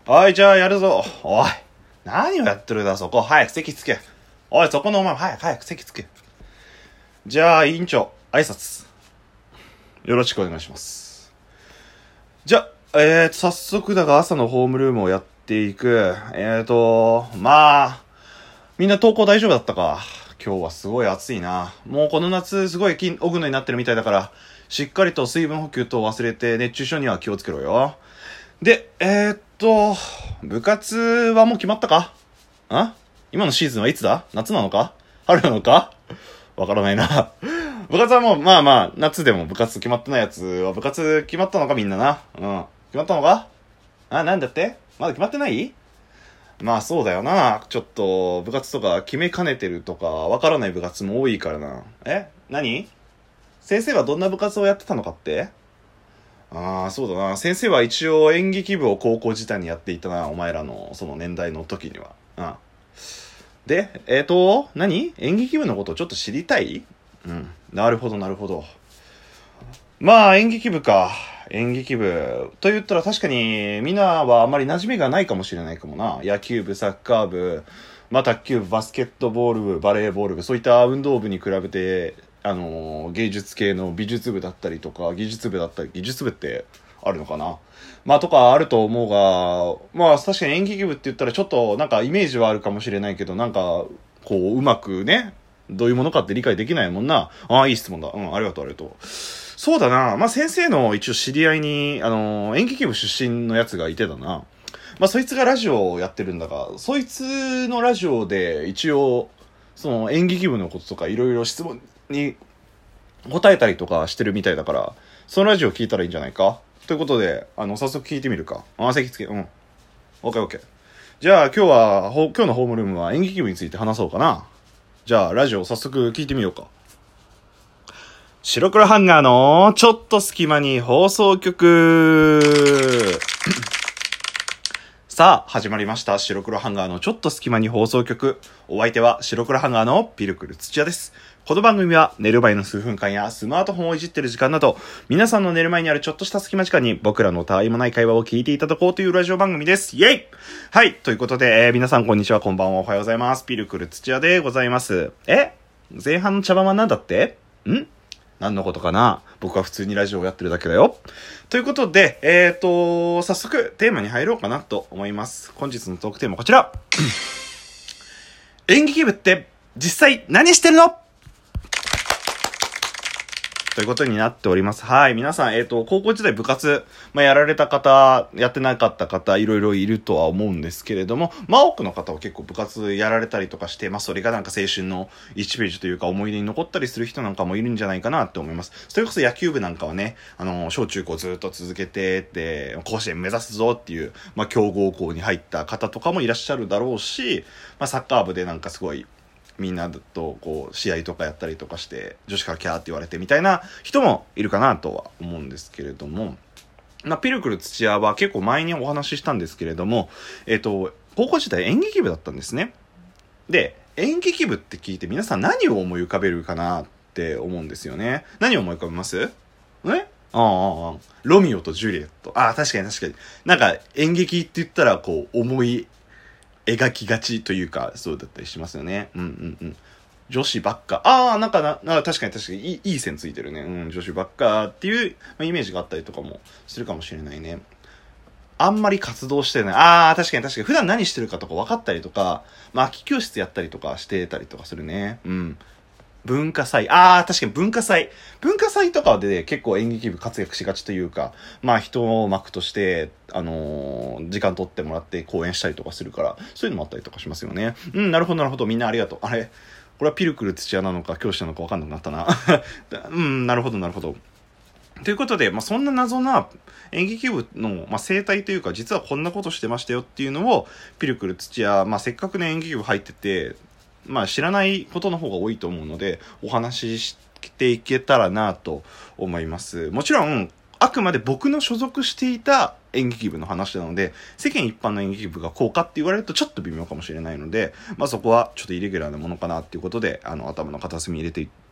おい、じゃあやるぞ。おい、何をやってるだ、そこ。早く席つけ。おい、そこのお前、早く席つけ。じゃあ、委員長、挨拶。よろしくお願いします。じゃあ、早速だが朝のホームルームをやっていく。みんな登校大丈夫だったか？今日はすごい暑いな。もうこの夏すごいオグノになってるみたいだから、しっかりと水分補給と忘れて熱中症には気をつけろよ。で、部活はもう決まったか？今のシーズンはいつだ？夏なのか？春なのか？わからないな。部活はもう、夏でも部活決まってないやつは部活決まったのかみんなな。決まったのか？なんだって？まだ決まってない？そうだよな。ちょっと部活とか決めかねてるとかわからない部活も多いからな。何？先生はどんな部活をやってたのかって？そうだな。先生は一応演劇部を高校時代にやっていたな。お前らのその年代の時には。で、何？演劇部のことをちょっと知りたい？なるほど。演劇部か。演劇部と言ったら確かにみんなはあまり馴染みがないかもしれないかもな。野球部、サッカー部、卓球部、バスケットボール部、バレーボール部、そういった運動部に比べて、芸術系の美術部だったりとか、技術部ってあるのかな？とかあると思うが、確かに演劇部って言ったらちょっとなんかイメージはあるかもしれないけど、なんか、こう、うまくね、どういうものかって理解できないもんな。いい質問だ。ありがとう。そうだな。先生の一応知り合いに、演劇部出身のやつがいてだな。そいつがラジオをやってるんだが、そいつのラジオで一応、その演劇部のこととかいろいろ質問に答えたりとかしてるみたいだから、そのラジオ聞いたらいいんじゃないか？ということで、早速聞いてみるか。席つけ。オッケー。じゃあ今日のホームルームは演劇部について話そうかな。じゃあラジオ早速聞いてみようか。白黒ハンガーのちょっと隙間に放送局。さあ始まりました。白黒ハンガーのちょっと隙間に放送局。お相手は白黒ハンガーのピルクル土屋です。この番組は寝る前の数分間やスマートフォンをいじってる時間など、皆さんの寝る前にあるちょっとした隙間時間に僕らのたわいもない会話を聞いていただこうというラジオ番組です。イェイ！はい、ということで、皆さんこんにちは、こんばんは、おはようございます。ピルクル土屋でございます。前半の茶番は何だって？何のことかな？僕は普通にラジオをやってるだけだよ。ということで、早速テーマに入ろうかなと思います。本日のトークテーマはこちら。演劇部って実際何してるの？ということになっております。はい。皆さん、高校時代部活、やられた方、やってなかった方、いろいろいるとは思うんですけれども、多くの方は結構部活やられたりとかして、それがなんか青春の1ページというか思い出に残ったりする人なんかもいるんじゃないかなって思います。それこそ野球部なんかはね、小中高ずっと続けてって、甲子園目指すぞっていう、強豪校に入った方とかもいらっしゃるだろうし、サッカー部でなんかすごい、みんなとこう試合とかやったりとかして女子からキャーって言われてみたいな人もいるかなとは思うんですけれども、ピルクル土屋は結構前にお話ししたんですけれども、高校時代演劇部だったんですね。で、演劇部って聞いて皆さん何を思い浮かべるかなって思うんですよね。何を思い浮かべます？ロミオとジュリエット。確かに。なんか演劇って言ったらこう思い描きがちというか、そうだったりしますよね。女子ばっか。確かにいい線ついてるね。女子ばっかっていう、イメージがあったりとかもするかもしれないね。あんまり活動してない。確かに。普段何してるかとか分かったりとか、空き教室やったりとかしてたりとかするね。文化祭。確かに文化祭。文化祭とかで結構演劇部活躍しがちというか、人幕として、時間取ってもらって講演したりとかするから、そういうのもあったりとかしますよね。なるほど。みんなありがとう。これはピルクル土屋なのか教師なのか分かんなくなったな。なるほど。ということで、そんな謎な演劇部の、生態というか、実はこんなことしてましたよっていうのを、ピルクル土屋、せっかくね演劇部入ってて、知らないことの方が多いと思うので、お話ししていけたらなと思います。もちろん、あくまで僕の所属していた演劇部の話なので、世間一般の演劇部がこうかって言われるとちょっと微妙かもしれないので、そこはちょっとイレギュラーなものかなっていうことで、頭の片隅に入れていっ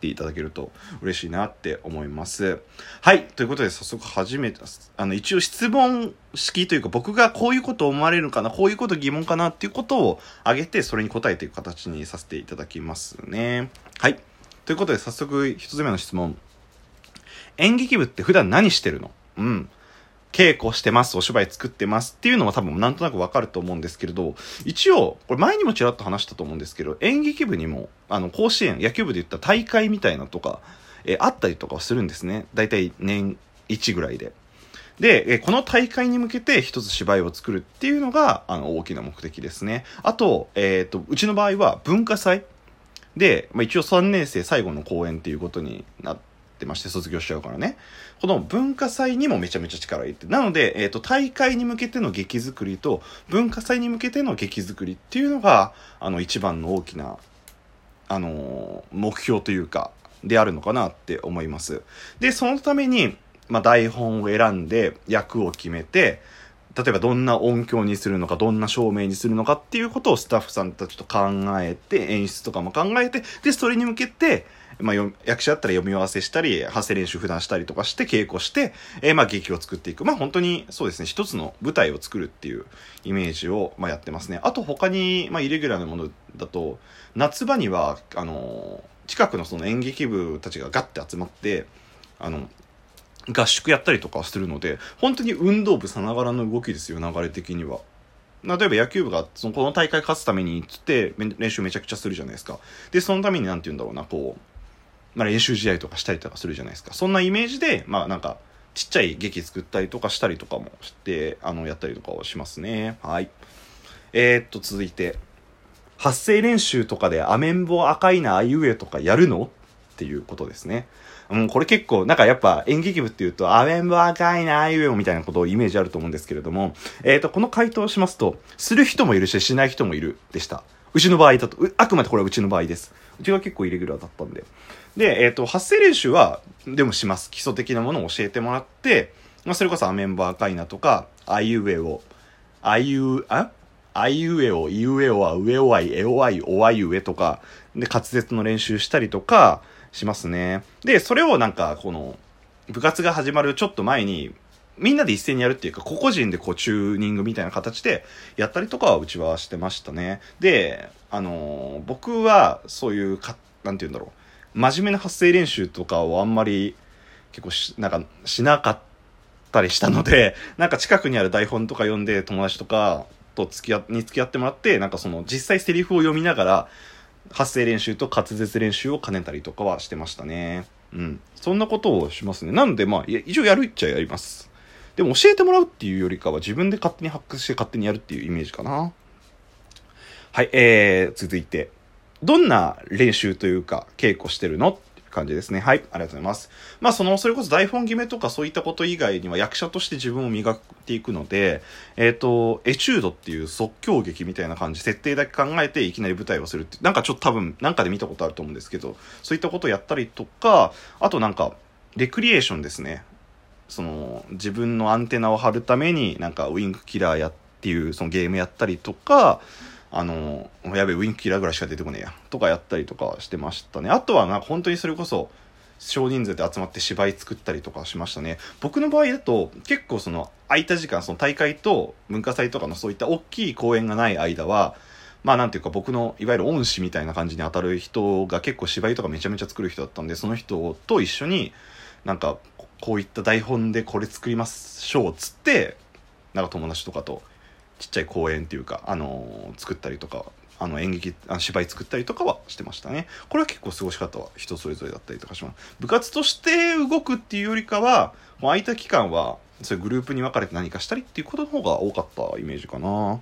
っていただけると嬉しいなって思います。はい。ということで早速一応質問式というか僕がこういうこと思われるのかな、こういうこと疑問かなっていうことを挙げてそれに答えていく形にさせていただきますね。はい。ということで早速一つ目の質問。演劇部って普段何してるの？稽古してます、お芝居作ってますっていうのは多分なんとなくわかると思うんですけれど、一応、これ前にもちらっと話したと思うんですけど、演劇部にも、甲子園、野球部で言った大会みたいなとか、あったりとかするんですね。だいたい年1ぐらいで。で、この大会に向けて一つ芝居を作るっていうのが、大きな目的ですね。あと、うちの場合は文化祭で、一応3年生最後の公演っていうことになってまして、卒業しちゃうからね。この文化祭にもめちゃめちゃ力入れて、なので、大会に向けての劇作りと文化祭に向けての劇作りっていうのが一番の大きな目標というかであるのかなって思います。でそのために、台本を選んで役を決めて、例えばどんな音響にするのか、どんな照明にするのかっていうことをスタッフさんたちと考えて、演出とかも考えて、でそれに向けて役者だったら読み合わせしたり、発声練習普段したりとかして稽古して、劇を作っていく。本当にそうですね、一つの舞台を作るっていうイメージをやってますね。あと他にイレギュラーなものだと、夏場には近くのその演劇部たちがガッて集まって合宿やったりとかするので、本当に運動部さながらの動きですよ、流れ的には。例えば野球部がこの大会勝つためにつって練習めちゃくちゃするじゃないですか。でそのために練習試合とかしたりとかするじゃないですか。そんなイメージでちっちゃい劇作ったりとかしたりとかもしてやったりとかをしますね。はい。続いて、発声練習とかでアメンボ赤いなあいうえとかやるのっていうことですね。これ結構やっぱ演劇部っていうとアメンボ赤いなあいうえみたいなことをイメージあると思うんですけれども、この回答をしますと、する人もいるししない人もいるでした。うちの場合だと、あくまでこれはうちの場合です。うちは結構イレギュラーだったんで。で、発声練習はでもします。基礎的なものを教えてもらって、それこそアメンボ赤いなとか、あいうえを、あいうえお、いうえおは、うえおあい、えおあい、おあいうえとか、で、滑舌の練習したりとかしますね。で、それをこの、部活が始まるちょっと前に、みんなで一斉にやるっていうか、個々人でチューニングみたいな形でやったりとかはうちはしてましたね。で、僕はそういうなんて言うんだろう、真面目な発声練習とかをあんまり結構しなかったりしたので、近くにある台本とか読んで友達とかと付き合ってもらって、実際セリフを読みながら発声練習と滑舌練習を兼ねたりとかはしてましたね。そんなことをしますね。なので一応やるっちゃやります。でも教えてもらうっていうよりかは自分で勝手に発掘して勝手にやるっていうイメージかな。はい、続いて、どんな練習というか稽古してるのっていう感じですね。はい、ありがとうございます。それこそ台本決めとかそういったこと以外には役者として自分を磨いていくので、エチュードっていう即興劇みたいな感じ、設定だけ考えていきなり舞台をするって、ちょっと多分で見たことあると思うんですけど、そういったことをやったりとか、あとレクリエーションですね。自分のアンテナを張るためにウィンクキラーっていうそのゲームやったりとか、やべえウィンクキラーぐらいしか出てこねえやとかやったりとかしてましたね。あとは本当にそれこそ少人数で集まって芝居作ったりとかしましたね。僕の場合だと結構空いた時間、大会と文化祭とかのそういった大きい公演がない間は、なんていうか僕のいわゆる恩師みたいな感じに当たる人が結構芝居とかめちゃめちゃ作る人だったんで、その人と一緒にこういった台本でこれ作りましょうっつって友達とかとちっちゃい公演っていうか作ったりとか芝居作ったりとかはしてましたね。これは結構過ごし方は人それぞれだったりとかします。部活として動くっていうよりかは空いた期間はそういうグループに分かれて何かしたりっていうことの方が多かったイメージかな。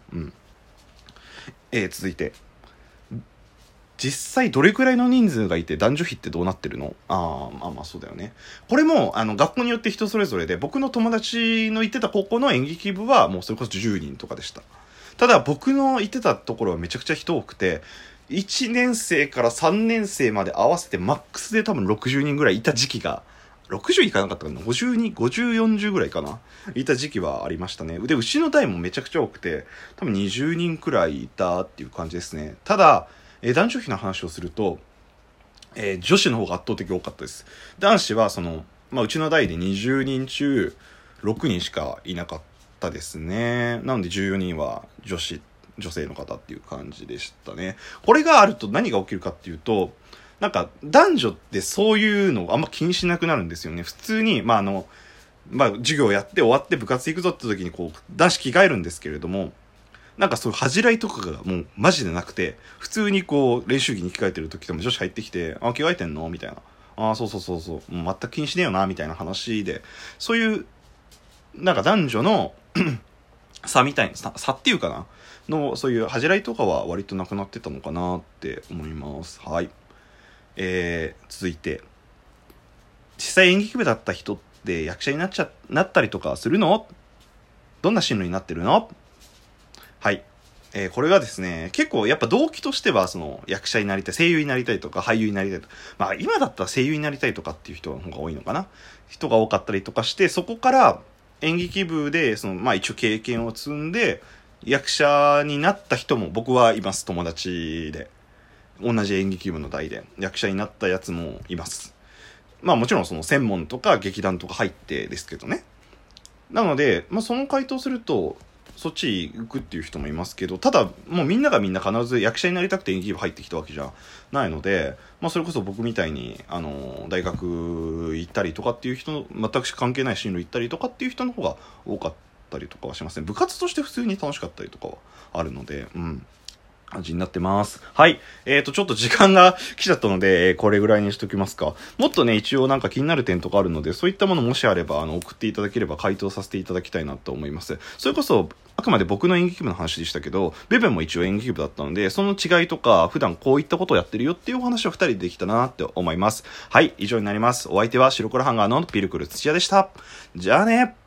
続いて、実際どれくらいの人数がいて男女比ってどうなってるの？そうだよね。これも学校によって人それぞれで、僕の友達の行ってた高校の演劇部はもうそれこそ10人とかでした。ただ僕の行ってたところはめちゃくちゃ人多くて、1年生から3年生まで合わせてマックスで多分60人ぐらいいた時期が、60いかなかったかな、50、40ぐらいかな、いた時期はありましたね。でうちの代もめちゃくちゃ多くて多分20人くらいいたっていう感じですね。ただ男女比の話をすると、 女子の方が圧倒的多かったです。男子はうちの代で20人中6人しかいなかったですね。なので14人は女性の方っていう感じでしたね。これがあると何が起きるかっていうと、なんか男女ってそういうのをあんま気にしなくなるんですよね。普通に、授業やって終わって部活行くぞって時に男子着替えるんですけれども、なんかそういう恥じらいとかがもうマジでなくて、普通に練習着に着替えてる時でも女子入ってきて、あ、着替えてんのみたいな。そう、もう全く気にしねえよな、みたいな話で、そういう、なんか男女の差みたいな、差っていうかなの、そういう恥じらいとかは割となくなってたのかなって思います。はい。続いて、実際演劇部だった人って役者になったりとかするの？どんな進路になってるの？はい。これがですね、結構やっぱ動機としては、役者になりたい、声優になりたいとか、俳優になりたいとか、今だったら声優になりたいとかっていう人の方が多いのかな。人が多かったりとかして、そこから演劇部で、一応経験を積んで、役者になった人も僕はいます、友達で。同じ演劇部の代で、役者になったやつもいます。もちろん専門とか劇団とか入ってですけどね。なので、その回答すると、そっち行くっていう人もいますけど、ただもうみんながみんな必ず役者になりたくて演劇部入ってきたわけじゃないので、それこそ僕みたいに大学行ったりとかっていう人、全く関係ない進路行ったりとかっていう人の方が多かったりとかはしますね。部活として普通に楽しかったりとかはあるので、感じになってます。はい。ちょっと時間が来ちゃったので、これぐらいにしときますか。もっとね、一応なんか気になる点とかあるので、そういったものもしあれば、送っていただければ回答させていただきたいなと思います。それこそ、あくまで僕の演劇部の話でしたけど、ベベも一応演劇部だったので、その違いとか、普段こういったことをやってるよっていうお話を二人でできたなって思います。はい。以上になります。お相手は白黒ハンガーのピルクル土屋でした。じゃあね。